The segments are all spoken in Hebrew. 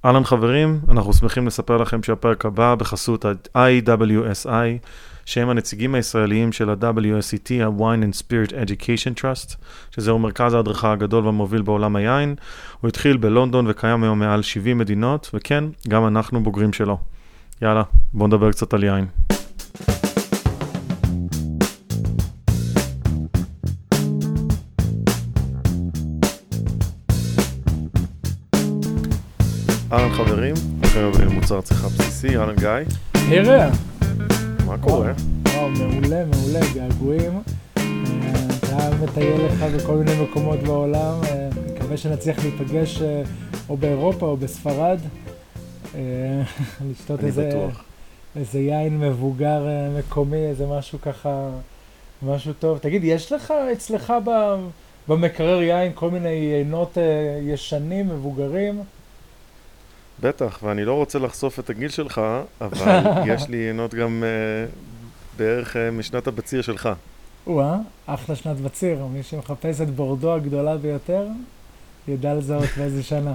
אהלן חברים, אנחנו שמחים לספר לכם שהפרק הבא בחסות ה-IWSI, שהם הנציגים הישראליים של ה-WSET, ה-Wine and Spirit Education Trust, שזהו מרכז ההדרכה הגדול והמוביל בעולם היין. הוא התחיל בלונדון וקיים היום מעל 70 מדינות, וכן, גם אנחנו בוגרים שלו. יאללה, בואו נדבר קצת על יין. אהלן חברים, אנחנו במוצר צריכה בסיסי, אהלן גיא. היי רע. מה קורה? וואו, מעולה, געגועים. אתה מטייל לך בכל מיני מקומות בעולם, מקווה שנצליח להיפגש או באירופה או בספרד. לשתות איזה יין מבוגר מקומי, איזה משהו ככה, משהו טוב. תגיד, יש לך אצלך במקרר יין כל מיני יינות ישנים, מבוגרים? בטח, ואני לא רוצה לחשוף את הגיל שלך, אבל יש לי יינות גם בערך משנת הבציר שלך. אחלה שנת בציר. מי שמחפש את בורדו הגדולה ביותר, ידע לזהות באיזה שנה.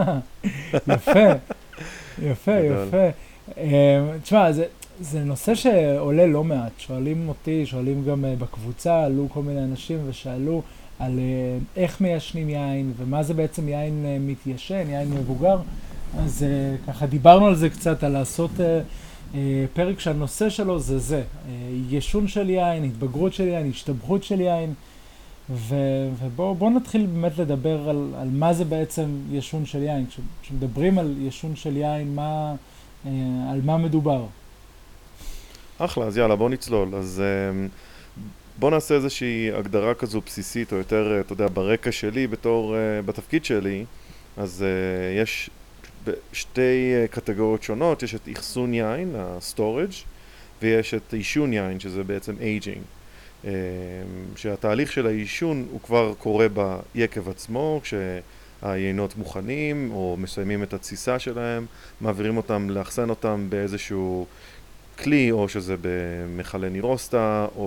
יפה. תשמע, זה נושא שעולה לא מעט. שואלים אותי, שואלים גם בקבוצה, עלו כל מיני אנשים ושאלו על איך מיישנים יין, ומה זה בעצם יין מתיישן, יין מבוגר. אז ככה דיברנו על זה קצת, על לעשות פרק שהנושא שלו זה ישון של יין, התבגרות של יין, השתבחות של יין, ובואו נתחיל באמת לדבר על מה זה בעצם ישון של יין. כשמדברים על ישון של יין, על מה מדובר? אחלה, אז יאללה, בואו נצלול. אז בואו נעשה איזושהי הגדרה כזו בסיסית, או יותר, אתה יודע, ברקע שלי, בתפקיד שלי, אז יש שתי קטגוריות שונות. יש את אחסון יין, ה-storage, ויש את עישון יין, שזה בעצם aging. שהתהליך של העישון הוא כבר קורה ביקב עצמו, כשהיינות מוכנים או מסיימים את התסיסה שלהם, מעבירים אותם, לאחסן אותם באיזשהו כלי, או שזה במכלי נירוסטה, או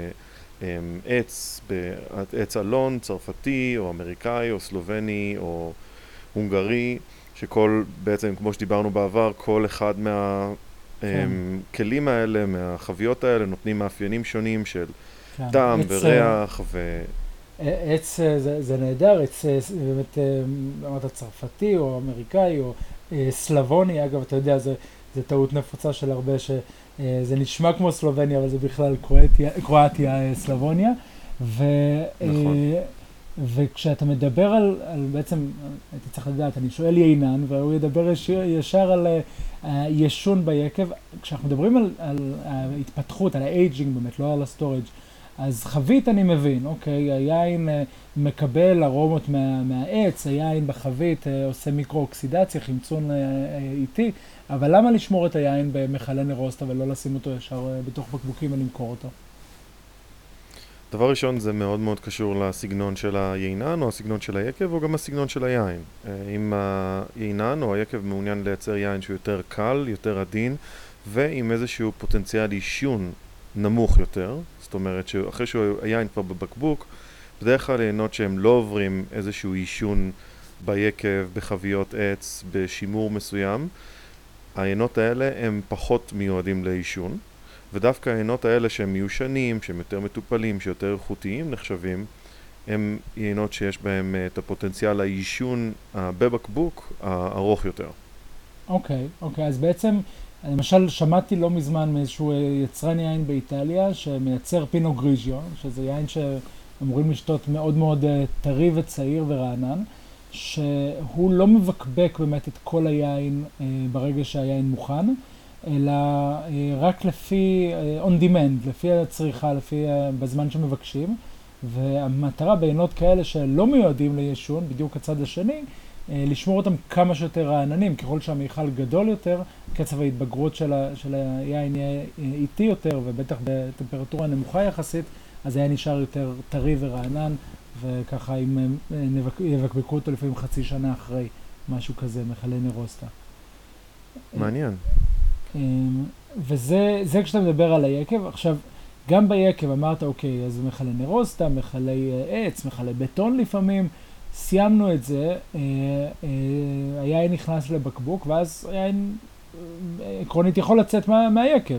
בעץ אלון, צרפתי, או אמריקאי, או סלובני, או הונגרי, שכל, בעצם, כמו שדיברנו בעבר, כל אחד מהכלים האלה, מהחביות האלה, נותנים מאפיינים שונים של טעם וריח עץ זה נהדר, עץ באמת, אמרת צרפתי או אמריקאי או סלבוני, אגב, אתה יודע, זה טעות נפוצה של הרבה, שזה נשמע כמו סלובניה, אבל זה בכלל קרואטיה, סלבוניה. נכון. וכשאתה מדבר על בעצם, הייתי צריך לדעת, אני שואל יינן, והוא ידבר ישר על ישון ביקב. כשאנחנו מדברים על ההתפתחות, על האייג'ינג באמת, לא על הסטורג', אז חבית אני מבין, אוקיי, היין מקבל ארומות מהעץ, היין בחבית עושה מיקרו-אוקסידציה, חמצון איטי, אבל למה לשמור את היין במכלי נירוסטה ולא לשים אותו ישר בתוך בקבוקים ולמכור אותו? דבר ראשון, זה מאוד מאוד קשור לסגנון של היינן או הסגנון של היקב או גם הסגנון של היין. אם היינן או היקב מעוניין לייצר יין שהוא יותר קל, יותר עדין, ועם איזשהו פוטנציאל עישון נמוך יותר, זאת אומרת שאחרי שהיין כבר בבקבוק, בדרך כלל יינות שהם לא עוברים איזשהו עישון ביקב, בחביות עץ, בשימור מסוים, היינות האלה הם פחות מיועדים לעישון. ודווקא היינות האלה שהם מיושנים, שהם יותר מטופלים, שיותר איכותיים נחשבים, הם יינות שיש בהם את הפוטנציאל העישון בבקבוק הארוך יותר. אוקיי, אז בעצם, למשל שמעתי לא מזמן מאיזשהו יצרן יין באיטליה שמייצר פינו גריג'יו, שזה יין שאמורים לשתות מאוד מאוד טרי וצעיר ורענן, שהוא לא מבקבק באמת את כל היין ברגע שהיין מוכן, אלא רק לפי on demand, לפי הצריכה, בזמן שמבקשים, והמטרה בעינות כאלה שלא מיועדים לישון, בדיוק הצד השני, לשמור אותם כמה שיותר רעננים. ככל שהמיכל גדול יותר, קצב ההתבגרות של היין יהיה איטי יותר, ובטח בטמפרטורה נמוכה יחסית, אז היין נשאר יותר טרי ורענן, וככה אם יבקבקו אותו לפעמים חצי שנה אחרי, משהו כזה, מכלי נירוסטה. מעניין. וזה כשאתה מדבר על היקב. עכשיו, גם ביקב אמרת, אוקיי, אז מכלי נירוסטה, מכלי עץ, מכלי בטון לפעמים, סיימנו את זה, היין נכנס לבקבוק, ואז היין עקרונית יכול לצאת מהיקב.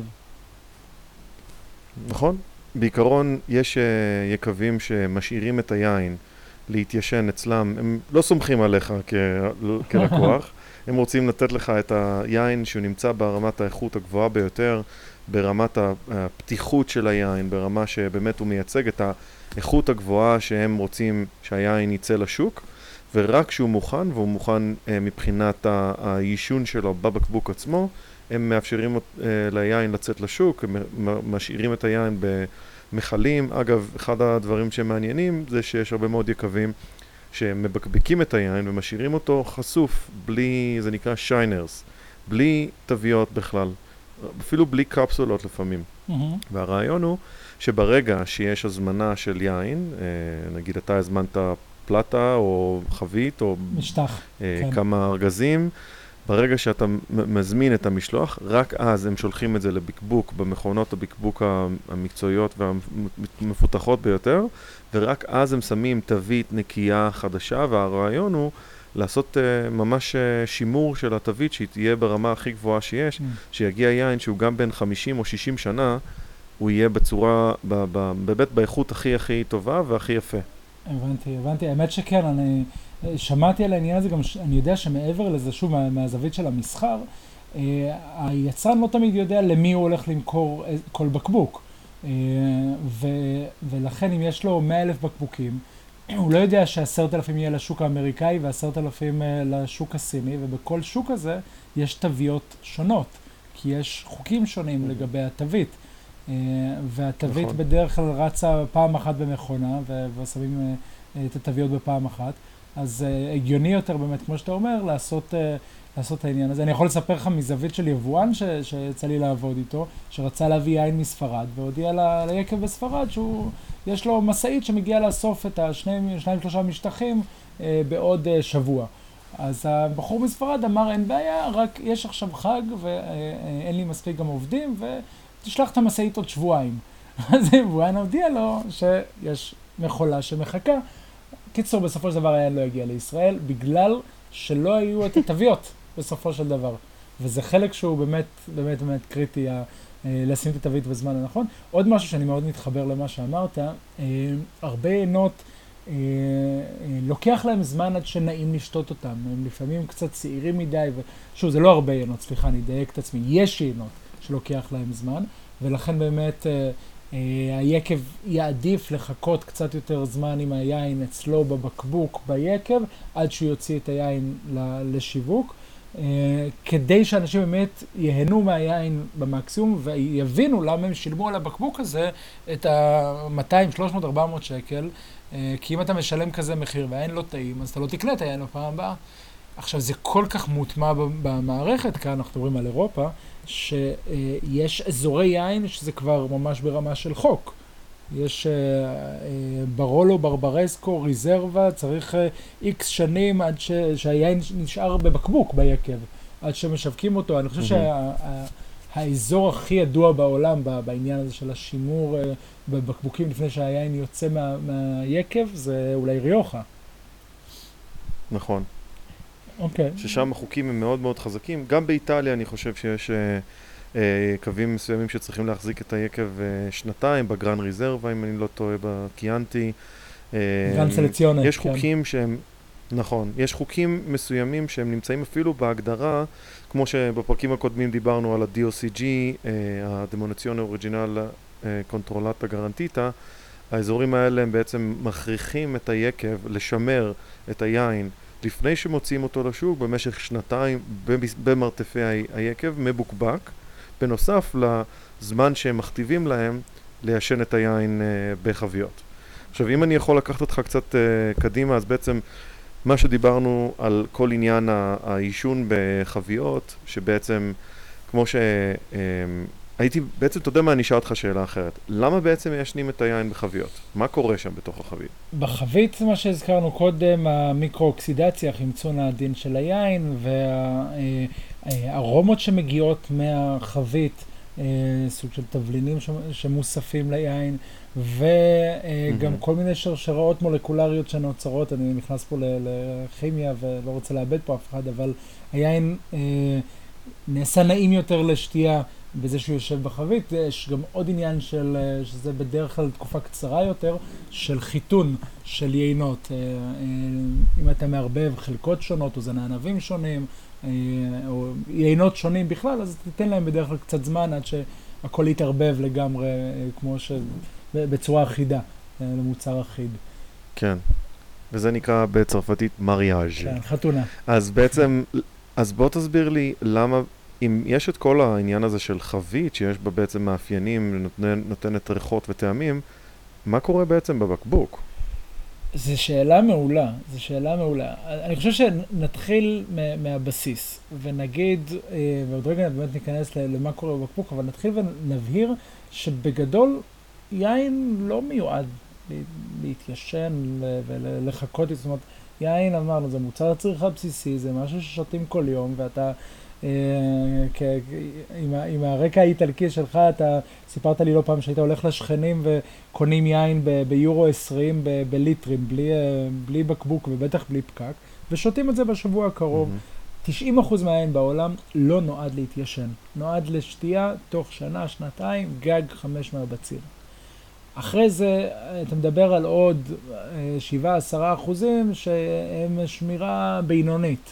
נכון. בעיקרון יש יקבים שמשאירים את היין להתיישן אצלם, הם לא סומכים עליך כלקוח, הם רוצים לתת לך את היין שהוא נמצא ברמת האיכות הגבוהה ביותר, ברמת הפתיחות של היין, ברמה שבאמת הוא מייצג את האיכות הגבוהה שהם רוצים שהיין יצא לשוק, ורק כשהוא מוכן, והוא מוכן מבחינת היישון שלו בבקבוק עצמו, הם מאפשרים ליין לצאת לשוק, הם משאירים את היין במחלים. אגב, אחד הדברים שמעניינים זה שיש הרבה מאוד יקבים שמבקבקים את היין ומשאירים אותו חשוף, בלי, זה נקרא שיינרס, בלי תוויות בכלל, אפילו בלי קפסולות לפעמים. והרעיון הוא שברגע שיש הזמנה של יין, נגיד אתה הזמנת פלטה או חבית או משטח, כמה ארגזים, ברגע שאתה מזמין את המשלוח, רק אז הם שולחים את זה לבקבוק, במכונות הבקבוק המקצועיות והמפותחות ביותר, ורק אז הם שמים תווית נקייה חדשה, והרעיון הוא לעשות ממש שימור של התווית, שהיא תהיה ברמה הכי גבוהה שיש, שיגיע יין שהוא גם בין 50 או 60 שנה, הוא יהיה בצורה, באמת באיכות הכי טובה והכי יפה. הבנתי. האמת שכן, אני שמעתי על העניין הזה, גם אני יודע שמעבר לזה, שוב, מהזווית של המסחר, היצרן לא תמיד יודע למי הוא הולך למכור כל בקבוק. ולכן אם יש לו 100,000 בקבוקים, הוא לא יודע ש10,000 יהיה לשוק האמריקאי ו10,000 לשוק הסיני, ובכל שוק הזה יש תוויות שונות, כי יש חוקים שונים לגבי התווית. והתווית נכון. בדרך כלל רצה פעם אחת במכונה, ושמים את התוויות בפעם אחת. אז הגיוני יותר באמת, כמו שאתה אומר, לעשות את העניין הזה. אני יכול לספר לך מזווית של יבואן שיצא לי לעבוד איתו, שרצה להביא יין מספרד, והודיע ליקב בספרד יש לו מסעית שמגיע לאסוף את ה2-3 משטחים בעוד שבוע. אז הבחור מספרד אמר, אין בעיה, רק יש עכשיו חג ואין לי מספיק גם עובדים, ותשלח את המסעית עוד שבועיים. אז יבואן הודיע לו שיש מכולה שמחכה. קיצור, בסופו של דבר היין לא הגיע לישראל, בגלל שלא היו את התוויות בסופו של דבר. וזה חלק שהוא באמת קריטי, לשים את התווית בזמן הנכון. עוד משהו שאני מאוד מתחבר למה שאמרת, הרבה עינות, לוקח להם זמן עד שנעים לשתות אותם. הם לפעמים קצת צעירים מדי, ושוב, זה לא הרבה עינות, סליחה, אני אדייק את עצמי. יש עינות שלוקח להם זמן, ולכן באמת היקב יעדיף לחכות קצת יותר זמן עם היין אצלו בבקבוק ביקב, עד שהוא יוציא את היין לשיווק, כדי שאנשים באמת יהנו מהיין במקסימום, ויבינו למה הם שילמו על הבקבוק הזה את ה-200, 300, 400 שקל, כי אם אתה משלם כזה מחיר והיין לא טעים, אז אתה לא תקנה את היין בפעם הבאה. עכשיו, זה כל כך מוטמע במערכת, כאן אנחנו מדברים על אירופה, שיש אזורי יין שזה כבר ממש ברמה של חוק. יש ברולו, ברברסקו, ריזרבה, צריך איקס שנים עד שהיין נשאר בבקבוק ביקב, עד שמשווקים אותו. אני חושב שהאזור הכי ידוע בעולם בעניין הזה של השימור בבקבוקים לפני שהיין יוצא מהיקב, זה אולי ריוחה. נכון. אוקיי. ששם החוקים הם מאוד מאוד חזקים. גם באיטליה אני חושב שיש קווים מסוימים שצריכים להחזיק את היקב שנתיים, בגרן ריזרבה, אם אני לא טועה, בקיאנטי. גרן סלציונה. יש חוקים שהם, נכון, יש חוקים מסוימים שהם נמצאים אפילו בהגדרה, כמו שבפרקים הקודמים דיברנו על ה-DOCG, הדמונציון אוריג'ינל קונטרולטה גרנטיטה. האזורים האלה הם בעצם מכריחים את היקב לשמר את היין לפני שמוציאים אותו לשוק במשך שנתיים במרתפי היקב מבוקבק, בנוסף לזמן שהם מכתיבים להם ליישן את היין בחביות. עכשיו, אם אני יכול לקחת אותך קצת קדימה, אז בעצם מה שדיברנו על כל עניין העישון בחביות, שבעצם כמו הייתי, בעצם אתה יודע מה, אני אשאל אותך שאלה אחרת. למה בעצם מיישנים את היין בחביות? מה קורה שם בתוך החבית? בחבית זה מה שהזכרנו קודם, המיקרואוקסידציה, החמצון העדין של היין, והארומות שמגיעות מהחבית סוג של תבלינים שמוספים ליין, וגם כל מיני שרשראות מולקולריות שנוצרות. אני נכנס פה לכימיה ולא רוצה לאבד פה אף אחד, אבל היין נעשה נעים יותר לשתייה בזה שהוא יושב בחבית. יש גם עוד עניין שזה בדרך כלל תקופה קצרה יותר, של חיתון של יינות. אם אתה מערבב חלקות שונות או זנענבים שונים, או יינות שונים בכלל, אז תיתן להם בדרך כלל קצת זמן עד שהכל יתערבב לגמרי, כמו בצורה אחידה, למוצר אחיד. כן, וזה נקרא בצרפתית מריאז'. כן, חתונה. אז בעצם, אז בוא תסביר לי למה, אם יש את כל העניין הזה של חבית, שיש בה בעצם מאפיינים, נותנת ריחות וטעמים, מה קורה בעצם בבקבוק? זו שאלה מעולה, זו שאלה מעולה. אני חושב שנתחיל מהבסיס, ונגיד, ועוד רגע באמת ניכנס למה קורה בבקבוק, אבל נתחיל ונבהיר שבגדול יין לא מיועד להתיישן ולחכות. זאת אומרת, יין, אמרנו, זה מוצר צריכה בסיסי, זה משהו ששותים כל יום, ואתה, עם הרקע האיטלקי שלך, אתה סיפרת לי לא פעם שהיית הולך לשכנים וקונים יין ביורו 20 בליטרים, בלי בקבוק ובטח בלי פקק, ושותים את זה בשבוע הקרוב. 90% מהיין בעולם לא נועד להתיישן, נועד לשתייה תוך שנה, שנתיים, גג 5 מהבציר. אחרי זה אתה מדבר על עוד 7-10% שהם שמירה בינונית,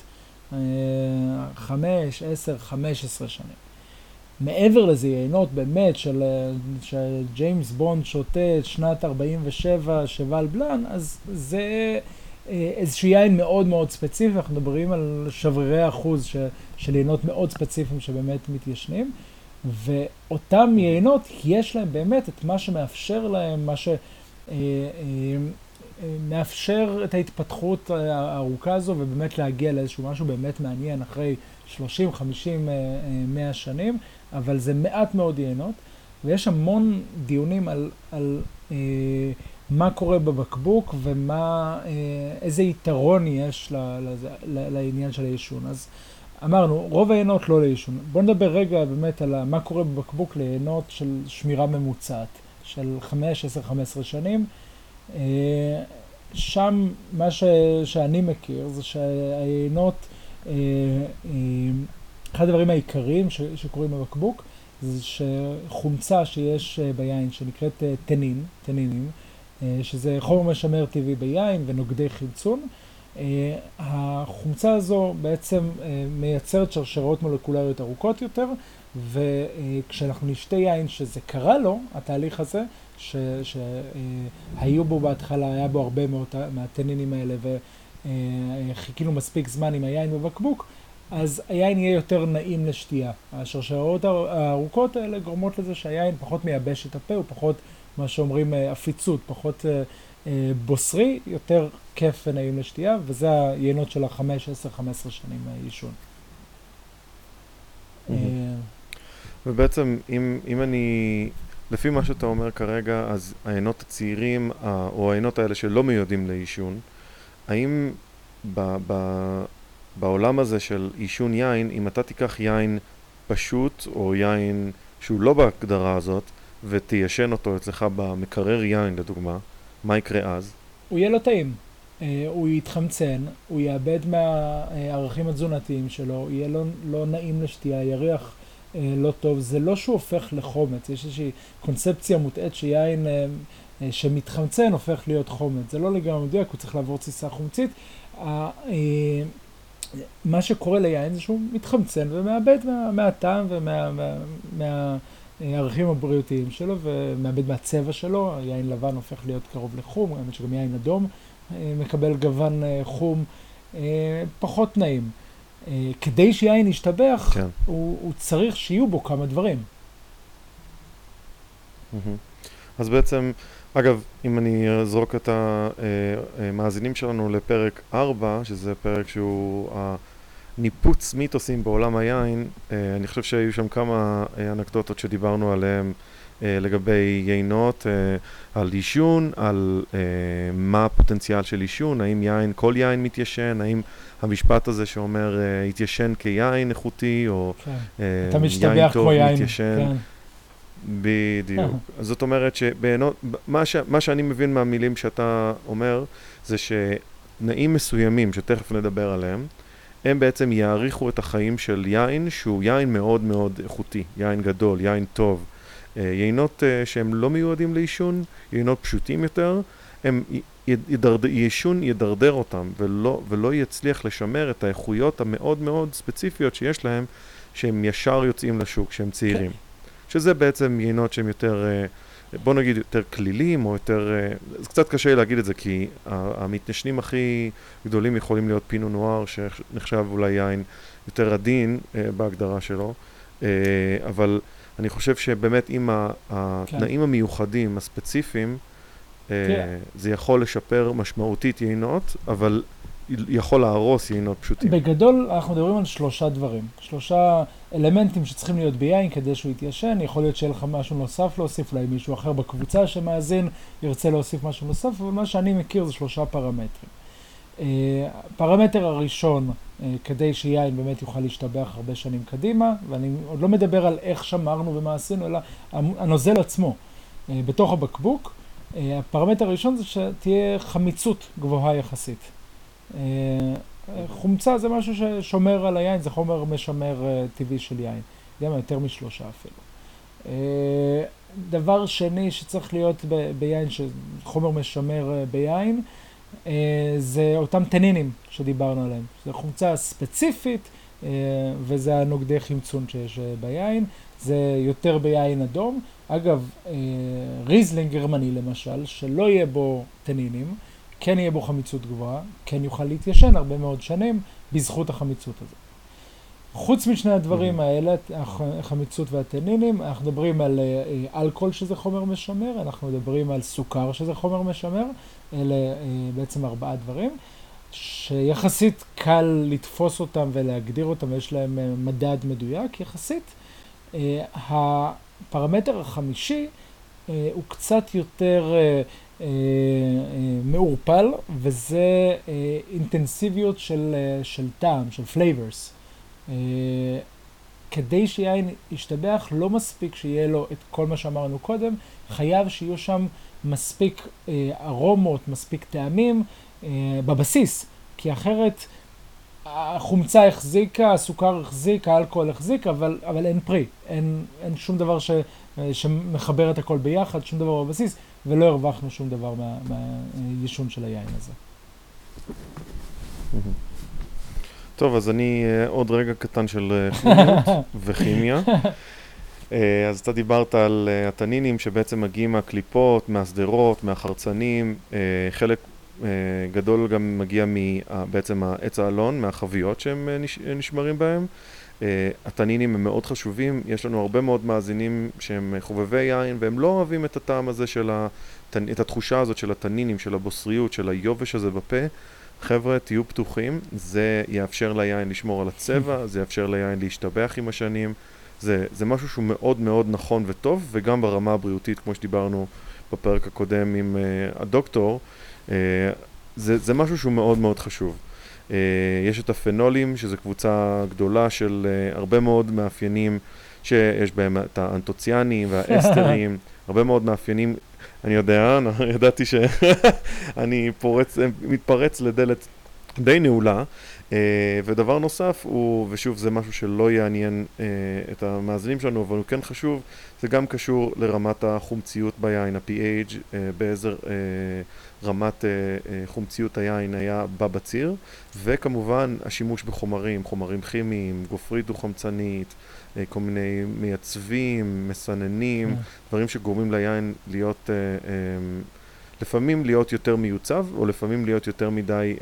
5, 10, 15 שנים. מעבר לזה יינות באמת שג'יימס בונד שותה שנת 47, שבל בלן, אז זה איזשהו יין מאוד מאוד ספציפי. אנחנו מדברים על שברירי אחוז של יינות מאוד ספציפיים שבאמת מתיישנים, ואותם יינות יש להם באמת את מה שמאפשר להם, מה שמאפשר את ההתפתחות הארוכה הזו, ובאמת להגיע לאיזשהו משהו באמת מעניין אחרי 30, 50, 100 שנים, אבל זה מעט מאוד יינות, ויש המון דיונים על מה קורה בבקבוק ואיזה יתרון יש לעניין של היישון. אז אמרנו, רוב היינות לא ליישון. בואו נדבר רגע באמת על מה קורה בבקבוק ליינות של שמירה ממוצעת, של 5, 10, 15 שנים. שם מה שאני מכיר זה שהיינות, אחד הדברים העיקריים שקורים בבקבוק, זה שחומצה שיש ביין שנקראת תנינים, שזה חומר משמר טבעי ביין ונוגדי חמצון. החומצה הזו בעצם מייצרת שרשראות מולקולריות ארוכות יותר, וכשאנחנו נשתה יין שזה קרה לו, התהליך הזה, שהיו בו בהתחלה, היה בו הרבה מהתנינים האלה, וחיכינו מספיק זמן עם היין בבקבוק, אז היין יהיה יותר נעים לשתייה. השרשראות הארוכות האלה גורמות לזה שהיין פחות מייבש את הפה, הוא פחות, מה שאומרים, אפיצות, פחות בוסרי, יותר כיף ונעים לשתייה, וזה היינות של 5, 10, 15 שנים מהיישון. ובעצם, אם אני, לפי מה שאתה אומר כרגע, אז היינות הצעירים, או היינות האלה שלא מיועדים ליישון, האם בעולם הזה של יישון יין, אם אתה תיקח יין פשוט, או יין שהוא לא בהגדרה הזאת, ותיישן אותו אצלך במקרר יין לדוגמה, מה יקרה אז? הוא יהיה לא טעים, הוא יתחמצן, הוא יאבד מהערכים התזונתיים שלו, יהיה לא נעים לשתייה, יריח לא טוב. זה לא שהוא הופך לחומץ, יש איזושהי קונספציה מוטעת שיין שמתחמצן הופך להיות חומץ. זה לא לגמרי מדויק, הוא צריך לעבור תסיסה חומצית. מה שקורה ליין זה שהוא מתחמצן ומאבד מהטעם מהערכים הבריאותיים שלו, ומאבד מהצבע שלו. יין לבן הופך להיות קרוב לחום, האמת שגם יין אדום מקבל גוון חום, פחות נעים. כדי שיין ישתבח, כן. הוא צריך שיהיו בו כמה דברים. אז בעצם, אגב, אם אני אזרוק את המאזינים שלנו לפרק 4, שזה פרק שהוא ניפוץ מיתוסים בעולם היין, אני חושב שהיו שם כמה אנקדוטות שדיברנו עליהם לגבי יינות, על יישון, על מה הפוטנציאל של יישון, האם כל יין מתיישן, האם המשפט הזה שאומר התיישן כיין איכותי, או אתה משתבח כמו יין. מתיישן. בדיוק. זאת אומרת מה שאני מבין מהמילים שאתה אומר, זה שנעים מסוימים, שתכף נדבר עליהם, הם בעצם יעריכו את החיים של יין, שהוא יין מאוד מאוד איכותי, יין גדול, יין טוב. יינות שהם לא מיועדים לעישון, יינות פשוטים יותר, עישון ידרדר אותם, ולא יצליח לשמר את האיכויות המאוד מאוד ספציפיות שיש להם, שהם ישר יוצאים לשוק, שהם צעירים. שזה בעצם יינות שהם יותר, בוא נגיד, יותר כלילים, או יותר, זה קצת קשה להגיד את זה, כי המתנשנים הכי גדולים יכולים להיות פינו נואר, שנחשב אולי יין יותר עדין בהגדרה שלו, אבל אני חושב שבאמת עם התנאים המיוחדים, הספציפיים, זה יכול לשפר משמעותית יינות, אבל יכול להרוס יינות פשוטים. בגדול אנחנו מדברים על 3 דברים, 3 אלמנטים שצריכים להיות ביין כדי שהוא יתיישן. יכול להיות שיהיה לך משהו נוסף להוסיף, אולי מישהו אחר בקבוצה שמאזין ירצה להוסיף משהו נוסף, אבל מה שאני מכיר זה 3 פרמטרים. הפרמטר הראשון, כדי שיין באמת יוכל להשתבח הרבה שנים קדימה, ואני עוד לא מדבר על איך שמרנו ומה עשינו, אלא הנוזל עצמו בתוך הבקבוק. הפרמטר הראשון זה שתהיה חמיצות גבוהה יחסית. חומצה זה משהו ששומר על היין, זה חומר משמר טבעי של יין, גם יותר מ3 אפילו. דבר שני שצריך להיות ביין, שחומר משמר ביין, זה אותם טנינים שדיברנו עליהם. זה חומצה ספציפית, וזה הנוגדי חמצון שיש ביין, זה יותר ביין אדום. אגב, ריזלינג גרמני למשל, שלא יהיה בו טנינים, כן יהיה בו חמיצות גבוהה, כן יוכל להתיישן הרבה מאוד שנים בזכות החמיצות הזאת. חוץ משני הדברים האלה, החמיצות והטנינים, אנחנו מדברים על אלכוהול שזה חומר משמר, אנחנו מדברים על סוכר שזה חומר משמר, אלה בעצם 4 דברים, שיחסית קל לתפוס אותם ולהגדיר אותם, ויש להם מדד מדויק יחסית. הפרמטר החמישי הוא קצת יותר מעורפל, וזה אינטנסיביות של טעם, של flavors. כדי שיין ישתבח, לא מספיק שיהיה לו את כל מה שאמרנו קודם, חייב שיהיו שם מספיק ארומות, מספיק טעמים בבסיס, כי אחרת החומצה החזיקה, הסוכר החזיק, האלכוהול החזיק, אבל אין פרי, אין שום דבר שמחבר את הכל ביחד, שום דבר בבסיס, ולא הרווחנו שום דבר מהיישון של היין הזה. טוב, אז אני עוד רגע קטן של כימיות וכימיה. אז אתה דיברת על הטנינים שבעצם מגיעים מהקליפות, מהסדרות, מהחרצנים, חלק גדול גם מגיע בעצם העץ האלון, מהחביות שהם נשמרים בהם. הטנינים הם מאוד חשובים, יש לנו הרבה מאוד מאזינים שהם חובבי יין, והם לא אוהבים את הטעם הזה את התחושה הזאת של הטנינים, של הבוסריות, של היובש הזה בפה. חבר'ה, תהיו פתוחים, זה יאפשר ליין לשמור על הצבע, זה יאפשר ליין להשתבח עם השנים, זה משהו שהוא מאוד מאוד נכון וטוב, וגם ברמה הבריאותית, כמו שדיברנו בפרק הקודם עם הדוקטור, זה משהו שהוא מאוד מאוד חשוב. יש את הפנולים, שזו קבוצה גדולה של הרבה מאוד מאפיינים, שיש בהם את האנטוציאנים והאסטרים, הרבה מאוד מאפיינים. אני יודע, ידעתי שאני מתפרץ לדלת די נעולה, ודבר נוסף הוא, ושוב זה משהו שלא יעניין את המאזינים שלנו, אבל הוא כן חשוב, זה גם קשור לרמת החומציות ביין, ה-pH, באיזה רמת חומציות היין היה בבציר, וכמובן השימוש בחומרים, חומרים כימיים, גופרית דו-חמצנית, כל מיני מייצבים, מסננים, דברים שגורמים ליין להיות, לפעמים להיות יותר מיוצב, או לפעמים להיות יותר מדי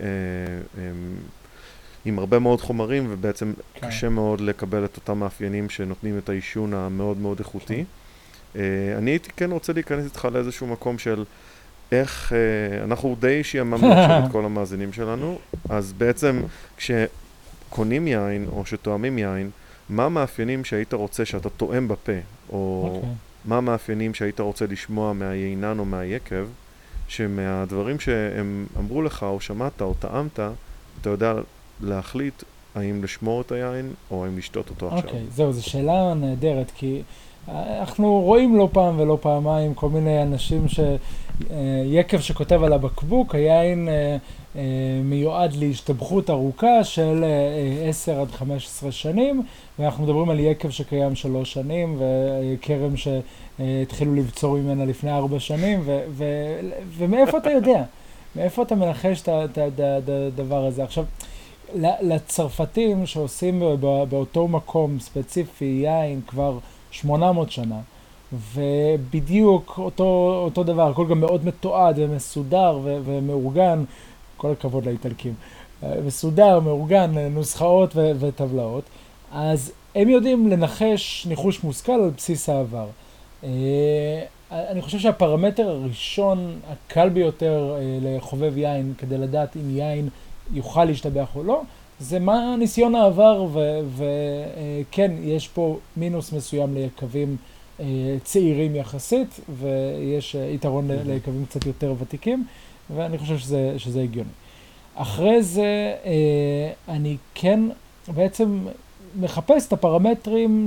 עם הרבה מאוד חומרים, ובעצם קשה מאוד לקבל את אותם מאפיינים שנותנים את העישון המאוד מאוד איכותי. אני הייתי כן רוצה להיכנס איתך לאיזשהו מקום של איך, אנחנו די שיממנו עכשיו את כל המאזינים שלנו, אז בעצם כשקונים יין או שתואמים יין, מה המאפיינים שהיית רוצה שאתה תואם בפה, או מה המאפיינים שהיית רוצה לשמוע מהיינן או מהיקב, שמהדברים שהם אמרו לך או שמעת או טעמת, אתה יודע להחליט האם לשמור את היין או האם לשתות אותו עכשיו. אוקיי, זהו, זו שאלה נהדרת, כי אנחנו רואים לא פעם ולא פעמיים כל מיני אנשים יקב שכותב על הבקבוק, היין מיועד להשתבחות ארוכה של 10 עד 15 שנים, ואנחנו מדברים על יקב שקיים 3 שנים, וכרם שהתחילו לבצור ממנה לפני 4 שנים, ומאיפה אתה יודע? מאיפה אתה מנחש את הדבר הזה? עכשיו, לצרפתים שעושים באותו מקום ספציפי יין כבר 800 שנה, ובדיוק אותו דבר, הכל גם מאוד מתועד ומסודר ומאורגן, כל הכבוד לאיטלקים, מסודר, מאורגן, נוסחאות וטבלאות, אז הם יודעים לנחש ניחוש מושכל על בסיס העבר. אני חושב שהפרמטר הראשון, הקל ביותר לחובב יין, כדי לדעת אם יין יוכל להשתבח או לא, זה מה ניסיון העבר, וכן, יש פה מינוס מסוים ליקבים צעירים יחסית, ויש יתרון ליקבים קצת יותר ותיקים, ואני חושב שזה הגיוני. אחרי זה, אני כן בעצם מחפש את הפרמטרים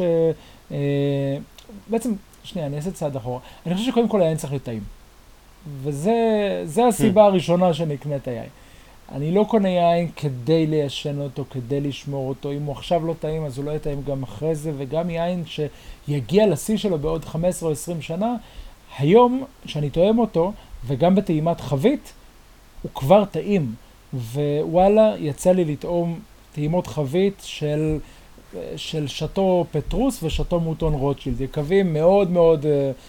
בעצם, שנייה, אני אעשה צעד אחורה. אני חושב שקודם כל היין צריך להיות טעים. וזה הסיבה הראשונה שאני אקנה את היין. אני לא קונה יין כדי ליישן אותו, כדי לשמור אותו. אם הוא עכשיו לא טעים, אז הוא לא יהיה טעים גם אחרי זה, וגם יין שיגיע לשיא שלו בעוד 15 או 20 שנה, היום, שאני טועם אותו, וגם בטעימת חבית, הוא כבר טעים. ווואלה, יצא לי לטעום טעימות חבית של שטו פטרוס ושטו מוטון רוטשילד. יקבים מאוד מאוד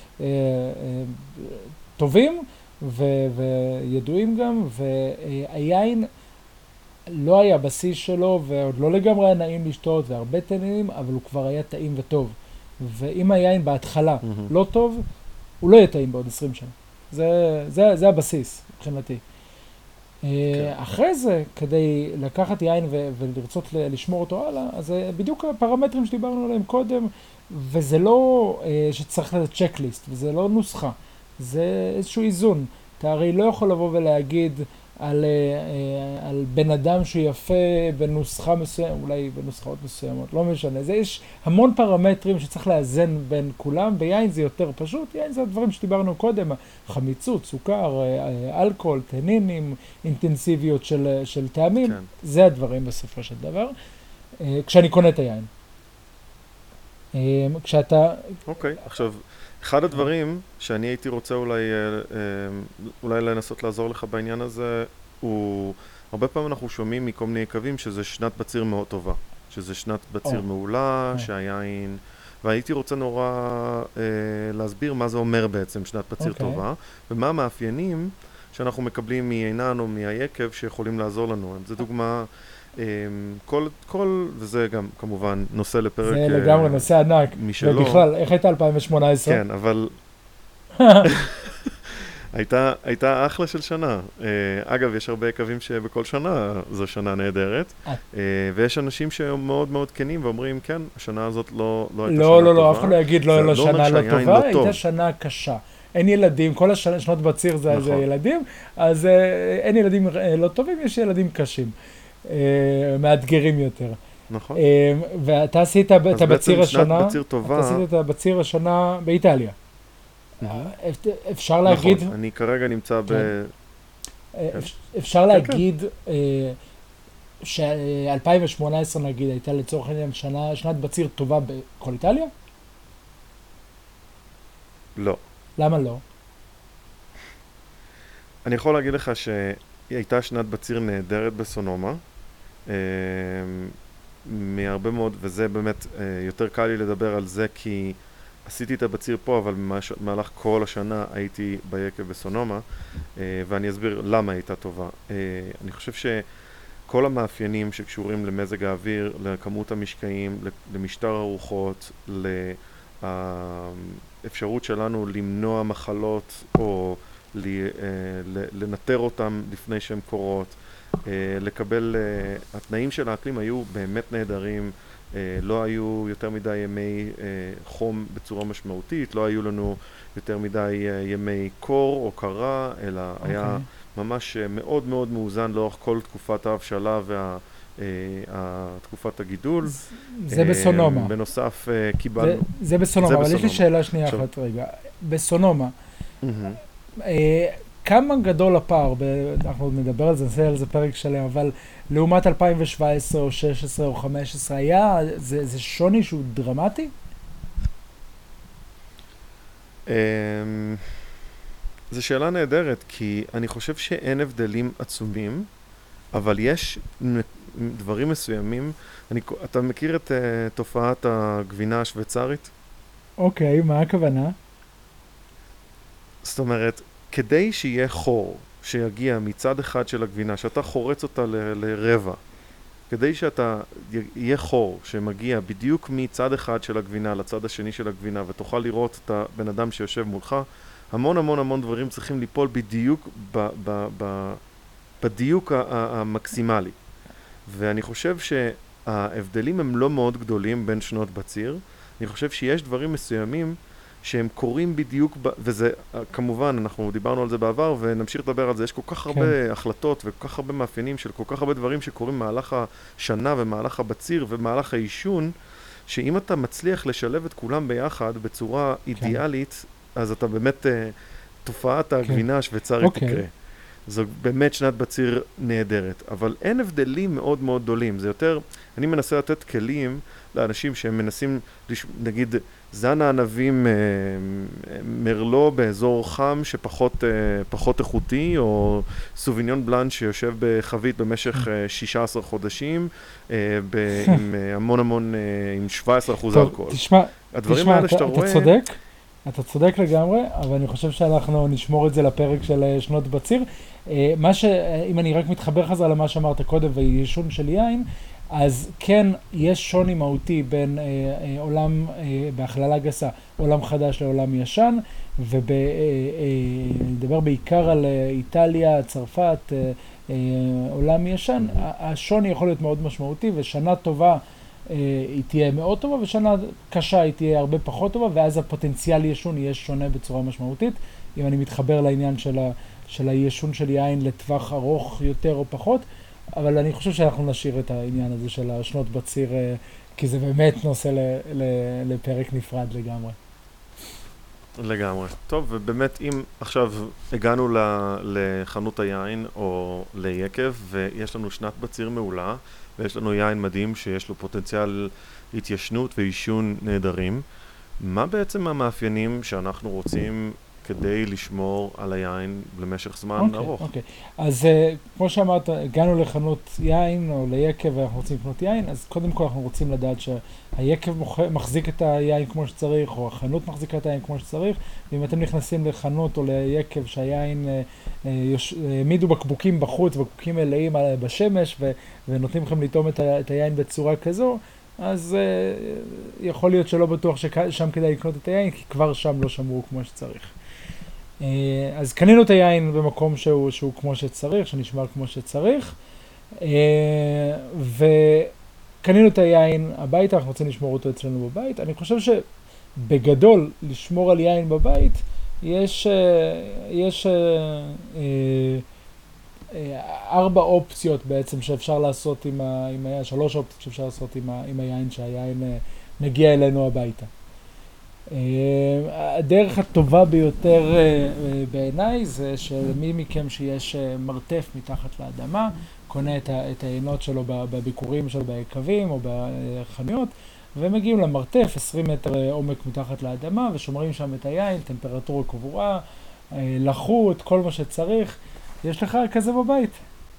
טובים וידועים גם, והיין לא היה בשיא שלו ועוד לא לגמרי היה נעים לשתות והרבה טעמים, אבל הוא כבר היה טעים וטוב. ואם היין בהתחלה לא טוב, הוא לא יהיה טעים בעוד 20 שנה. זה הבסיס מבחינתי. אחרי זה, כדי לקחת יין ולרצות לשמור אותו הלאה, אז זה בדיוק הפרמטרים שדיברנו עליהם קודם, וזה לא שצריך לזה צ'קליסט, וזה לא נוסחה, זה איזשהו איזון. אתה הרי לא יכול לבוא ולהגיד על בן אדם שיפה בנוסחה מסוימת, אולי בנוסחאות מסוימות, לא משנה. יש המון פרמטרים שצריך לאזן בין כולם, ביין זה יותר פשוט, יין זה הדברים שדיברנו קודם, חמיצות, סוכר, אלכוהול, טנינים, אינטנסיביות של טעמים, כן. זה הדברים בסופו של דבר, כשאני קונה את היין. כשאתה... אוקיי, עכשיו... אחד הדברים שאני הייתי רוצה אולי לנסות לעזור לך בעניין הזה, הוא, הרבה פעמים אנחנו שומעים מכל מיני יקבים שזה שנת בציר מאוד טובה, שזה שנת בציר מעולה, שהיין, והייתי רוצה נורא להסביר מה זה אומר בעצם שנת בציר טובה, ומה המאפיינים שאנחנו מקבלים מיינן או מהיקב שיכולים לעזור לנו. זו דוגמה, וזה גם כמובן נושא לפרק זה לגמרי נושא ענק, משלו. ובכלל, איך הייתה 2018? כן, אבל הייתה אחלה של שנה. אגב, יש הרבה יקבים שבכל שנה זו שנה נהדרת, ויש אנשים שמאוד מאוד כנים ואומרים, כן, השנה הזאת לא הייתה שנה טובה. לא, אף אחד לא יגיד לא שנה לא טובה, הייתה שנה קשה. אין ילדים, כל השנות בציר זה ילדים, אז אין ילדים לא טובים, יש ילדים קשים. מאתגרים יותר. נכון. ואתה עשית את הבציר השנה, אתה עשית את הבציר השנה באיטליה. אפשר להגיד... נכון, אני כרגע נמצא אפשר להגיד ש-2018 נגיד הייתה לצורך העניין שנת בציר טובה בכל איטליה? לא. למה לא? אני יכול להגיד לך שהיא הייתה שנת בציר נהדרת בסונומה, מהרבה מאוד, וזה באמת יותר קל לי לדבר על זה כי עשיתי את הבציר פה, אבל במהלך כל השנה הייתי ביקב בסונומה, ואני אסביר למה הייתה טובה. אני חושב שכל המאפיינים שקשורים למזג האוויר, לכמות המשקעים, למשטר הרוחות, לאפשרות שלנו למנוע מחלות או לנטר אותם לפני שהן קורות, לקבל, התנאים של האקלים היו באמת נהדרים, לא היו יותר מדי ימי חום בצורה משמעותית, לא היו לנו יותר מדי ימי קור או קרה, אלא היה ממש מאוד מאוד מאוזן לאורך כל תקופת ההבשלה תקופת הגידול. זה בסונומה. בנוסף קיבלנו... זה בסונומה, אבל יש לי שאלה שנייה אחת רגע. בסונומה, כמה גדול הפער, אנחנו עוד נדבר על זה, נעשה על זה פרק שלם, אבל לעומת 2017 או 16 או 15, זה שוני שהוא דרמטי? זו שאלה נהדרת, כי אני חושב שאין הבדלים עצומים, אבל יש דברים מסוימים. אתה מכיר את תופעת הגבינה השוויצרית? אוקיי, מה הכוונה? זאת אומרת, כדי שיהיה חור שיגיע מצד אחד של הגבינה, שאתה חורץ אותה לרבע, כדי יהיה חור שמגיע בדיוק מצד אחד של הגבינה לצד השני של הגבינה, ותוכל לראות את הבן אדם שיושב מולך, המון המון המון דברים צריכים ליפול בדיוק בדיוק המקסימלי. ואני חושב שההבדלים הם לא מאוד גדולים בין שנות בציר. אני חושב שיש דברים מסוימים שהם קורים בדיוק, וזה כמובן, אנחנו דיברנו על זה בעבר ונמשיך לדבר על זה, יש כל כך הרבה החלטות וכל כך הרבה מאפיינים של כל כך הרבה דברים שקורים במהלך השנה ומהלך הבציר ומהלך האישון, שאם אתה מצליח לשלב את כולם ביחד בצורה אידיאלית, אז אתה באמת, תופעת הגבינה השוויצרית תקרה. זו באמת שנת בציר נהדרת, אבל אין הבדלים מאוד מאוד גדולים. זה יותר, אני מנסה לתת כלים לאנשים שהם מנסים, נגיד, זן הענבים מרלו באזור חם שפחות איכותי, או סוביניון בלאן שיושב בחבית במשך 16 חודשים, עם המון המון, עם 17% אלכוהול. תשמע, אתה צודק לגמרי, אבל אני חושב שאנחנו נשמור את זה לפרק של שנות בציר. אם אני רק מתחבר חזרה למה שאמרת קודם, ויישון של יין, אז כן, יש שוני מהותי בין עולם, בהכללה גסה, עולם חדש לעולם ישן, ונדבר בעיקר על איטליה, צרפת, עולם ישן. השוני יכול להיות מאוד משמעותי, ושנה טובה היא תהיה מאוד טובה, ושנה קשה היא תהיה הרבה פחות טובה, ואז הפוטנציאל ישון יהיה שונה בצורה משמעותית. אם אני מתחבר לעניין של הישון של יין לטווח ארוך יותר או פחות, אבל אני חושב שאנחנו נשאיר את העניין הזה של השנות בציר, כי זה באמת נושא לפרק נפרד לגמרי. לגמרי. טוב, ובאמת אם עכשיו הגענו לחנות היין או ליקב, ויש לנו שנת בציר מעולה, ויש לנו יין מדהים שיש לו פוטנציאל התיישנות ואישון נהדרים, מה בעצם המאפיינים שאנחנו רוצים כדי לשמור על היין למשך זמן ארוך? אוקיי. אז כמו שאמרת, הגענו לחנות יין או ליקב ואנחנו רוצים לקנות יין, אז קודם כל אנחנו רוצים לדעת שהיקב מחזיק את היין כמו שצריך, או החנות מחזיקה את היין כמו שצריך, ואם אתם נכנסים לחנות או ליקב שהיין העמידו בקבוקים בחוץ, בקבוקים מלאים בשמש, ונותנים לכם לטעום את היין בצורה כזו, אז יכול להיות שלא בטוח ששם כדאי לקנות את היין, כי כבר שם לא שמרו כמו שצריך. אז קנינו את היין במקום שהוא כמו שצריך, שנשמר כמו שצריך, וקנינו את היין הביתה, אנחנו רוצים לשמור אותו אצלנו בבית. אני חושב שבגדול לשמור על יין בבית, יש 4 אופציות בעצם שאפשר לעשות עם היין, 3 אופציות שאפשר לעשות עם היין שהיין מגיע אלינו הביתה. הדרך הטובה ביותר בעיניי זה שמי מכם שיש מרתף מתחת לאדמה, קונה את העינות שלו בביקורים שלו ביקבים או בחנויות, ומגיעים למרתף 20 מטר עומק מתחת לאדמה ושומרים שם את היין, טמפרטורה קבועה, לחות, כל מה שצריך. יש לך כזה בבית?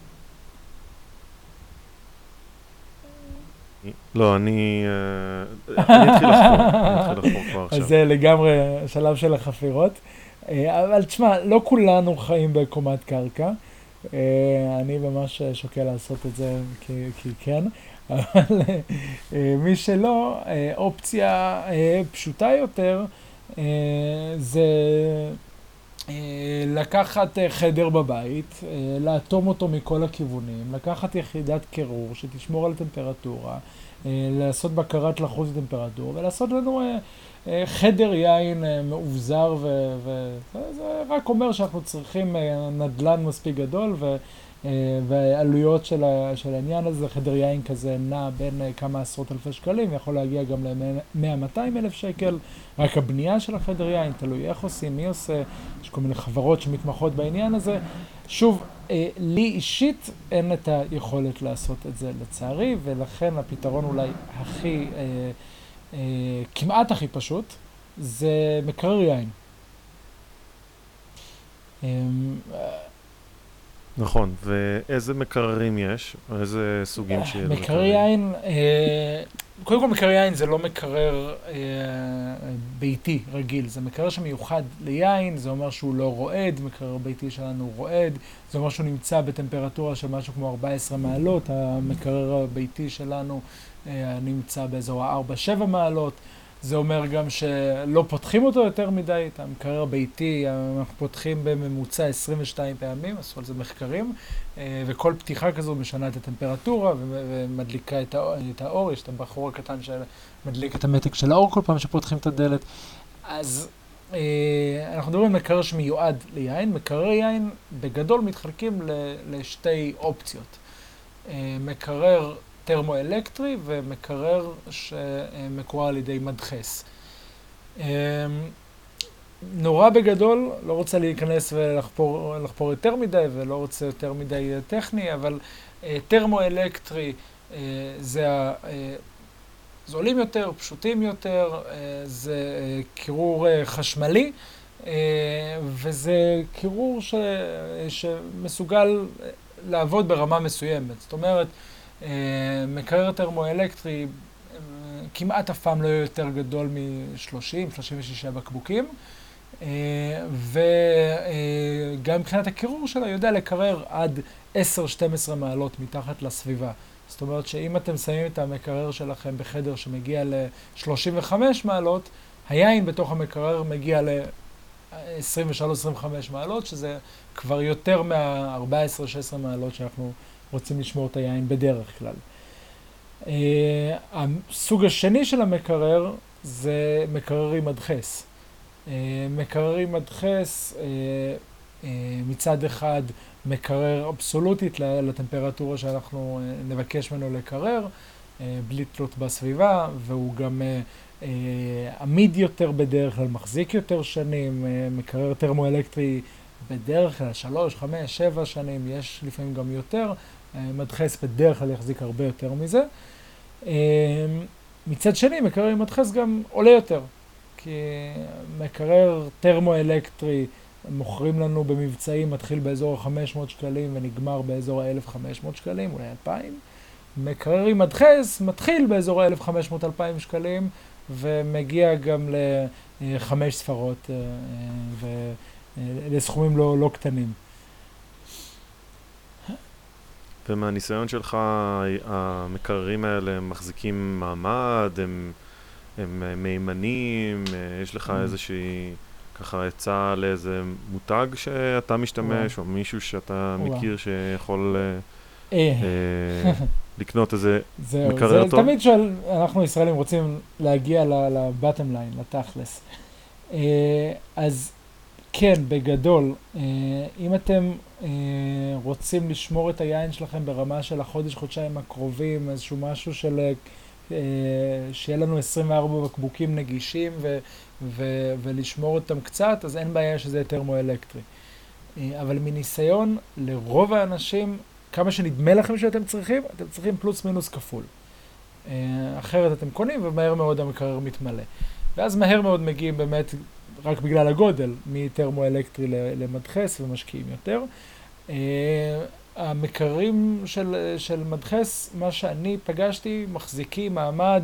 לא, אני אתחיל לחפור כבר עכשיו. אז זה לגמרי שלב של החפירות. אבל תשמע, לא כולנו חיים בקומת קרקע. אני ממש שוקל לעשות את זה כי כן. אבל מי שלא, אופציה פשוטה יותר זה לקחת חדר בבית, לאטום אותו מכל הכיוונים, לקחת יחידת קירור שתשמור על טמפרטורה, לעשות בקרת לחות וטמפרטורה, ולעשות לנו חדר יין מאובזר, וזה רק אומר שאנחנו צריכים נדלן מספיק גדול, והעלויות של העניין הזה, חדר יין כזה נע בין כמה עשרות אלפי שקלים, יכול להגיע גם ל-100-200 אלף שקל, רק הבנייה של החדר יין, תלוי איך עושים, מי עושה, יש כל מיני חברות שמתמחות בעניין הזה. שוב, לי אישית אין את היכולת לעשות את זה לצערי, ולכן הפתרון אולי כמעט הכי פשוט, זה מקרר יין. נכון, ואיזה מקררים יש? או איזה סוגים של מקררים? מקרר יין, קודם כל מקרר יין זה לא מקרר ביתי רגיל, זה מקרר שמיוחד ליין, זה אומר שהוא לא רועד, מקרר ביתי שלנו רועד, זה אומר שהוא נמצא בטמפרטורה של משהו כמו 14 מעלות, המקרר הביתי שלנו נמצא באזור ה-4-7 מעלות, זה אומר גם שלא פותחים אותו יותר מדי, את המקרר הביתי אנחנו פותחים בממוצע 22 פעמים, עשו על זה מחקרים, וכל פתיחה כזו משנה את הטמפרטורה ומדליקה את האור, יש את הבחור הקטן שמדליק את המתק של האור כל פעם שפותחים את הדלת. אז אנחנו מדברים על מקרר שמיועד ליין, מקררי יין בגדול מתחלקים לשתי אופציות. מקרר טרמו-אלקטרי ומקרר שמקורר על ידי מדחס. נורא בגדול, לא רוצה להיכנס ולחפור יותר מדי ולא רוצה יותר מדי טכני, אבל טרמו-אלקטרי זה זולים יותר, פשוטים יותר, זה קירור חשמלי, וזה קירור שמסוגל לעבוד ברמה מסוימת. זאת אומרת, מקרר טרמו-אלקטרי כמעט אף פעם לא יהיה יותר גדול מ-30-36 בקבוקים, וגם מבחינת הקירור שלה יודע לקרר עד 10-12 מעלות מתחת לסביבה. זאת אומרת שאם אתם שמים את המקרר שלכם בחדר שמגיע ל-35 מעלות, היין בתוך המקרר מגיע ל-23-25 מעלות, שזה כבר יותר מה-14-16 מעלות שאנחנו רוצים לשמור את היין בדרך כלל. הסוג השני של המקרר זה מקרר עם מדחס. מקרר עם מדחס מצד אחד מקרר אבסולוטית לטמפרטורה שאנחנו נבקש ממנו לקרר, בלי תלות בסביבה, והוא גם עמיד יותר בדרך כלל, מחזיק יותר שנים, מקרר טרמו-אלקטרי בדרך כלל 3, 5, 7 שנים, יש לפעמים גם יותר, מדחס בדרך כלל יחזיק הרבה יותר מזה. מצד שני, מקרר עם מדחס גם עולה יותר, כי מקרר טרמו-אלקטרי מוכרים לנו במבצעים, מתחיל באזור ה-500 שקלים ונגמר באזור ה-1,500 שקלים, אולי 2,000. מקרר עם מדחס מתחיל באזור ה-1,500-2,000 שקלים, ומגיע גם ל5 ספרות ולסכומים לא קטנים. ומהניסיון שלך, המקררים האלה מחזיקים מעמד, הם מהימנים, יש לך איזושהי ככה עצה לאיזה מותג שאתה משתמש, או מישהו שאתה מכיר שיכול לקנות איזה מקרר טוב? תמיד אנחנו ישראלים רוצים להגיע לבטם ליין, לתכלס. אז כן, בגדול, אם אתם רוצים לשמור את היין שלכם ברמה של החודש-חודשיים הקרובים, איזשהו משהו שיהיה לנו 24 בקבוקים נגישים ולשמור אותם קצת, אז אין בעיה שזה טרמו-אלקטרי. אבל מניסיון, לרוב האנשים, כמה שנדמה לכם שאתם צריכים, אתם צריכים פלוס מינוס כפול. אחרת אתם קונים ומהר מאוד המקרר מתמלא. ואז מהר מאוד מגיעים באמת, רק בגלל הגודל, מטרמו-אלקטרי למדחס ומשקיעים יותר. המקררים של מדחס, מה שאני פגשתי, מחזיקים מעמד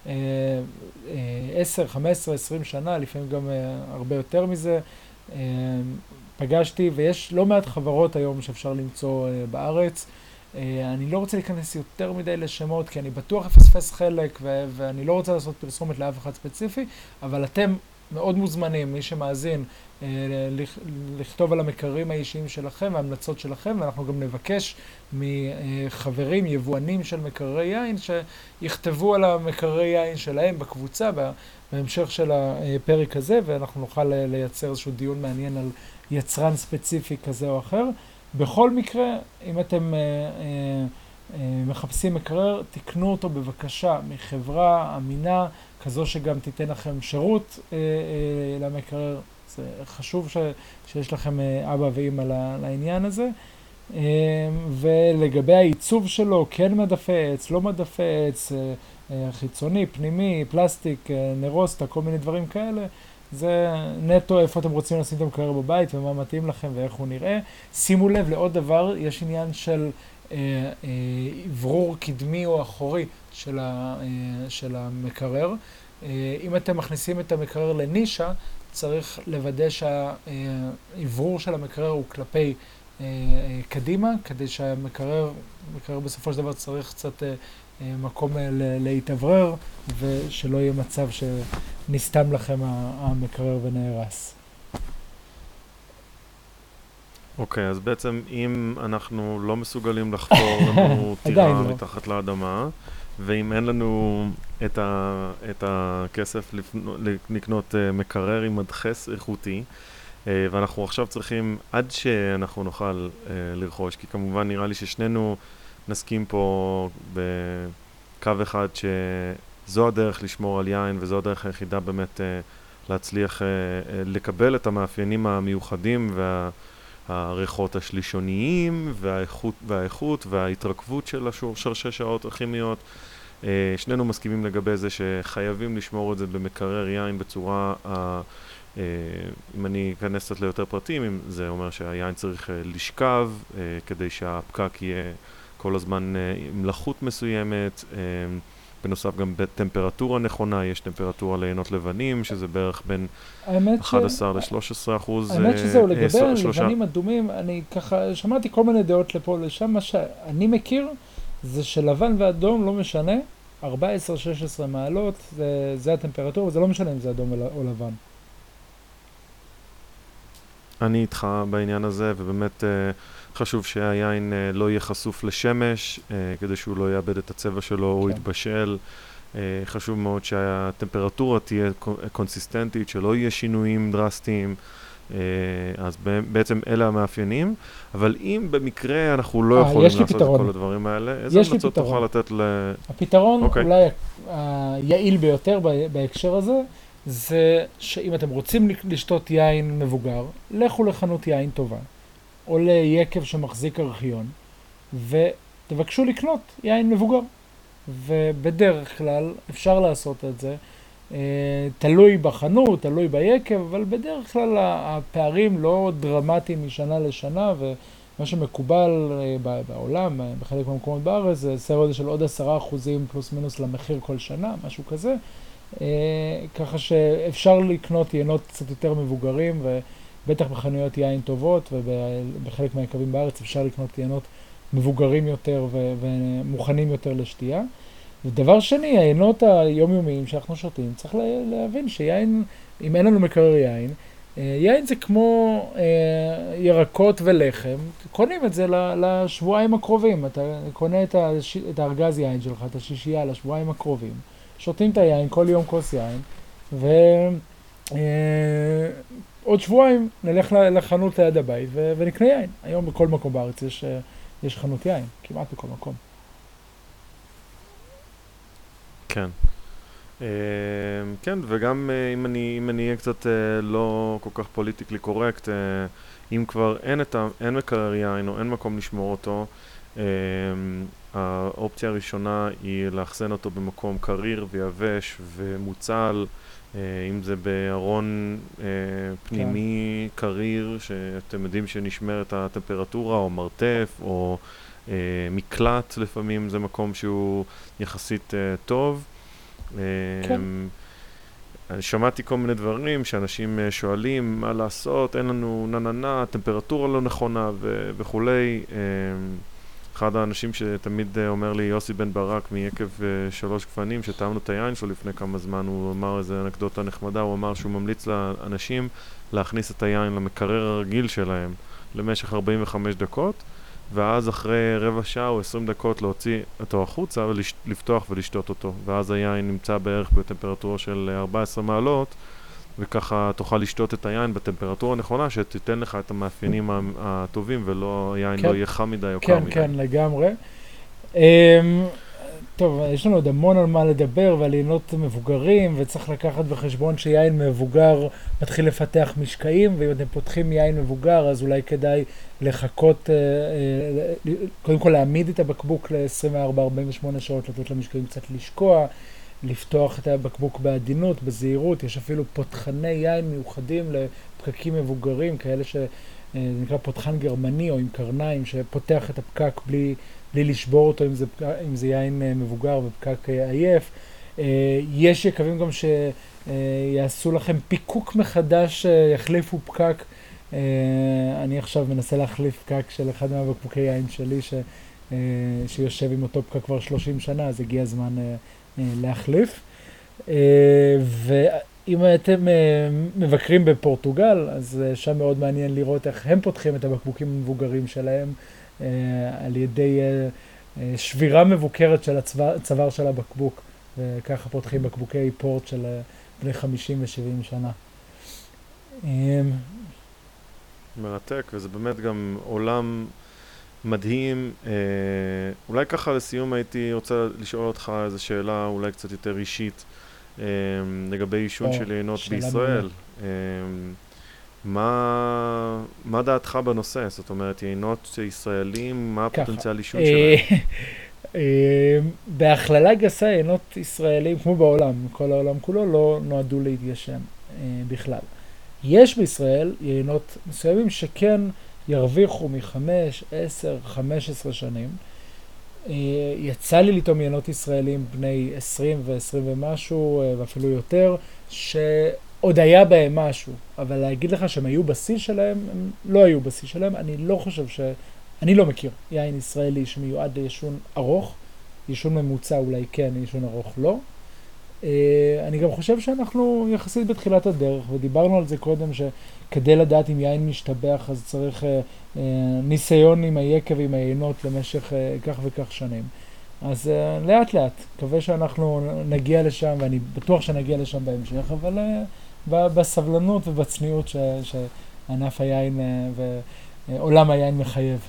10, 15, 20 שנה, לפעמים גם הרבה יותר מזה. פגשתי, ויש לא מעט חברות היום שאפשר למצוא בארץ. אני לא רוצה להיכנס יותר מדי לשמות, כי אני בטוח אפספס חלק, ואני לא רוצה לעשות פרסומת לאף אחד ספציפי, אבל אתם מאוד מוזמנים, מי שמאזין, לכתוב על המקררים האישיים שלכם וההמלצות שלכם, ואנחנו גם נבקש מחברים, יבואנים של מקררי יין, שיכתבו על המקררי יין שלהם בקבוצה, בהמשך של הפרק הזה, ואנחנו נוכל לייצר איזשהו דיון מעניין על יצרן ספציפי כזה או אחר. בכל מקרה, אם אתם מחפשים מקרר, תקנו אותו בבקשה מחברה אמינה, כזו שגם תיתן לכם שירות למקרר. זה חשוב שיש לכם אבא ואמא לעניין הזה. ולגבי העיצוב שלו, כן מדפי עץ, לא מדפי עץ, חיצוני, פנימי, פלסטיק, נרוסטה, כל מיני דברים כאלה, זה נטו איפה אתם רוצים לשים את המקרר בבית ומה מתאים לכם ואיך הוא נראה. שימו לב לעוד דבר, יש עניין של עברור קדמי או אחורי של המקרר. אם אתם מכניסים את המקרר לנישה, צריך לוודא שהעברור של המקרר הוא כלפי קדימה, כדי שהמקרר בסופו של דבר צריך קצת מקום להתאוורר, ושלא יהיה מצב שנסתם לכם המקרר ונהרס. אוקיי, אז בעצם אם אנחנו לא מסוגלים לחפור לנו טירה מתחת לאדמה, ואם אין לנו את הכסף לקנות מקרר עם מדחס איכותי, ואנחנו עכשיו צריכים, עד שאנחנו נוכל לרכוש, כי כמובן נראה לי ששנינו נסכים פה בקו אחד שזו הדרך לשמור על יין, וזו הדרך היחידה באמת להצליח לקבל את המאפיינים המיוחדים והריחות השלישוניים והאיכות וההתרכבות של השרשרות הכימיות. שנינו מסכימים לגבי זה שחייבים לשמור את זה במקרר יין בצורה, אם אני אכנס קצת ליותר פרטים, זה אומר שהיין צריך לשכב כדי שהפקק יהיה כל הזמן עם לחות מסוימת, בנוסף גם בטמפרטורה נכונה, יש טמפרטורה לעינות לבנים, שזה בערך בין 11 ל-13%. האמת שזהו, לגבי לבנים אדומים, אני ככה שמעתי כל מיני דעות לפה לשם, מה שאני מכיר זה שלבן ואדום לא משנה, 14-16 מעלות, זה הטמפרטורה, וזה לא משנה אם זה אדום או לבן. אני איתך בעניין הזה, ובאמת חשוב שהיין לא יהיה חשוף לשמש, כדי שהוא לא יאבד את הצבע שלו או יתבשל. חשוב מאוד שהטמפרטורה תהיה קונסיסטנטית, שלא יהיה שינויים דרסטיים. אז בעצם אלה המאפיינים, אבל אם במקרה אנחנו לא יכולים לעשות את כל הדברים האלה, איזה המלצות תוכל לתת הפתרון אולי היעיל ביותר בהקשר הזה, זה שאם אתם רוצים לשתות יין מבוגר, לכו לחנות יין טובה, או ליקב שמחזיק ארכיון, ותבקשו לקנות יין מבוגר. ובדרך כלל אפשר לעשות את זה, תלוי בחנות, תלוי ביקב, אבל בדרך כלל הפערים לא דרמטיים משנה לשנה, ומה שמקובל בעולם, בחלק מהמקומות בארץ, זה סדר של עוד 10% פלוס מינוס למחיר כל שנה, משהו כזה. ככה שאפשר לקנות יינות קצת יותר מבוגרים, ובטח בחנויות יין טובות, ובחלק מהיקבים בארץ אפשר לקנות יינות מבוגרים יותר ומוכנים יותר לשתייה. ודבר שני, היינות היומיומיים שאנחנו שותים, צריך להבין שיין, אם אין לנו מקרר יין, יין זה כמו ירקות ולחם, קונים את זה לשבועיים הקרובים, אתה קונה את הארגז יין שלך, את השישייה לשבועיים הקרובים, שותים את היין, כל יום כוס יין, ועוד שבועיים נלך לחנות ליד הבית ונקנה יין. היום בכל מקום בארץ יש חנות יין, כמעט בכל מקום. כן. כן, וגם אם אני אהיה קצת לא כל כך פוליטיקלי קורקט, אם כבר אין מקרר יין או אין מקום לשמור אותו, האופציה הראשונה היא לאחסן אותו במקום קריר ויבש ומוצל, אם זה בארון פנימי קריר שאתם יודעים שנשמרת הטמפרטורה, או מרתף, או מקלט, לפעמים זה מקום שהוא יחסית טוב. כן. אני שמעתי כל מיני דברים שאנשים שואלים מה לעשות, אין לנו טמפרטורה לא נכונה וכולי. אחד האנשים שתמיד אומר לי, יוסי בן ברק מיקב 3 גפנים, שטעמנו את היין שלו לפני כמה זמן, הוא אמר איזה אנקדוטה נחמדה, הוא אמר שהוא ממליץ לאנשים להכניס את היין למקרר הרגיל שלהם למשך 45 דקות, ואז אחרי רבע שעה או 20 דקות להוציא אותו החוצה ולפתוח ולשתות אותו, ואז היין נמצא בערך בטמפרטורה של 14 מעלות, וככה תוכל לשתות את היין בטמפרטורה הנכונה, שתיתן לך את המאפיינים הטובים, ולא, היין לא יהיה חם מדי או קר מדי. כן, לגמרי. טוב, יש לנו עוד המון על מה לדבר ועל יינות מבוגרים, וצריך לקחת בחשבון שיין מבוגר מתחיל לפתח משקעים, ואם אתם פותחים יין מבוגר, אז אולי כדאי לחכות, קודם כל להעמיד את הבקבוק ל-24-48 שעות, לתת למשקעים קצת לשקוע, לפתוח את הבקבוק בעדינות, בזהירות. יש אפילו פותחני יין מיוחדים לפקקים מבוגרים, כאלה שזה נקרא פותחן גרמני או עם קרניים, שפותח את הפקק בלי לשבור אותו אם זה יין מבוגר ופקק עייף. יש יקבים גם שיעשו לכם פיקוק מחדש, יחליפו פקק. אני עכשיו מנסה להחליף פקק של אחד מהבקבוקי יין שלי שיושב עם אותו פקק כבר 30 שנה, אז הגיע הזמן להחליף. ואם אתם מבקרים בפורטוגל, אז שם מאוד מעניין לראות איך הם פותחים את הבקבוקים המבוגרים שלהם, על ידי שבירה מבוקרת של הצוואר של הבקבוק, וככה פותחים בקבוקי פורט של בני 50 ו-70 שנה. מרתק, וזה באמת גם עולם מדהים. אולי ככה לסיום הייתי רוצה לשאול אותך איזו שאלה אולי קצת יותר אישית, לגבי עישון של יינות בישראל. מה דעתך בנושא? זאת אומרת, יינות ישראלים, מה הפוטנציאל עישון שלהם? בהכללה גסה, יינות ישראלים, כמו בעולם, כל העולם כולו, לא נועדו להתגשם בכלל. יש בישראל יינות מסוימים שכן ירוויחו מ5, 10, 15 שנים. יצא לי לטעום יינות ישראלים בני 20 ו-20 ומשהו, ואפילו יותר, עוד היה בהם משהו, אבל להגיד לך שהם היו בשיא שלהם, הם לא היו בשיא שלהם. אני לא חושב אני לא מכיר יין ישראלי שמיועד לישון ארוך, ישון ממוצע אולי כן, ישון ארוך לא. אני גם חושב שאנחנו יחסית בתחילת הדרך, ודיברנו על זה קודם, שכדי לדעת אם יין משתבח, אז צריך ניסיון עם היקב ועם היינות למשך כך וכך שנים. אז לאט לאט, מקווה שאנחנו נגיע לשם, ואני בטוח שנגיע לשם בהמשך, אבל בסבלנות ובצניעות שענף היין ועולם היין מחייב.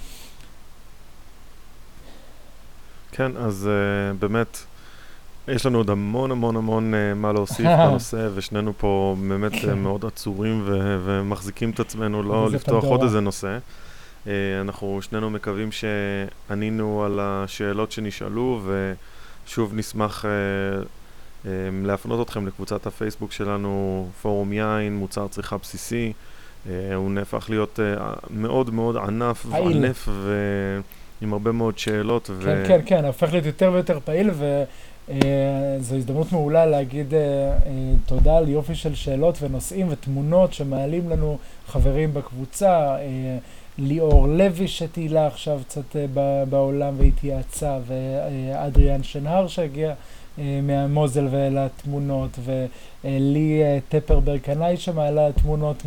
כן, אז באמת יש לנו עוד המון מה להוסיף בנושא, ושנינו פה באמת מאוד עצורים ומחזיקים את עצמנו לא לפתוח עוד איזה נושא. אנחנו שנינו מקווים שענינו על השאלות שנשאלו, ושוב נשמח להפנות אתכם לקבוצת הפייסבוק שלנו, פורום יין, מוצר צריכה בסיסי. הוא נהפך להיות מאוד ענף וענף ועם הרבה מאוד שאלות. כן, הופך להיות יותר ויותר פעיל, וזו הזדמנות מעולה להגיד תודה על יופי של שאלות ונושאים ותמונות שמעלים לנו חברים בקבוצה. ליאור לוי שתהילה עכשיו קצת בעולם והתייעצה, ואדריאן שנהר שהגיע מהמוזל ואלה תמונות, ולי טפרברג קנאי שמעלה תמונות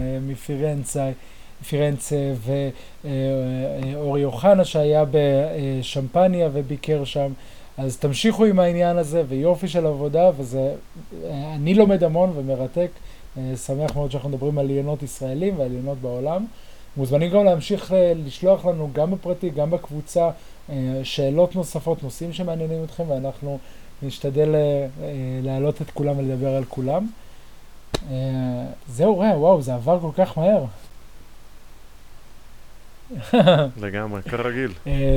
מפירנצה, ואורי אוחנה שהיה בשמפניה וביקר שם. אז תמשיכו עם העניין הזה, ויופי של עבודה, אני לומד המון ומרתק. שמח מאוד שאנחנו מדברים על יינות ישראלים ועל יינות בעולם. מוזמנים גם להמשיך לשלוח לנו גם בפרטי, גם בקבוצה, שאלות נוספות, נושאים שמעניינים אתכם, ואנחנו נשתדל להעלות את כולם ולדבר על כולם. זהו, וואו, זה עבר כל כך מהר. לגמרי, כרגיל.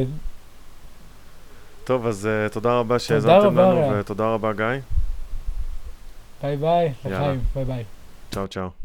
טוב, אז תודה רבה שהזמתם לנו, ותודה רבה גיא. ביי, לחיים, ביי. צ'או.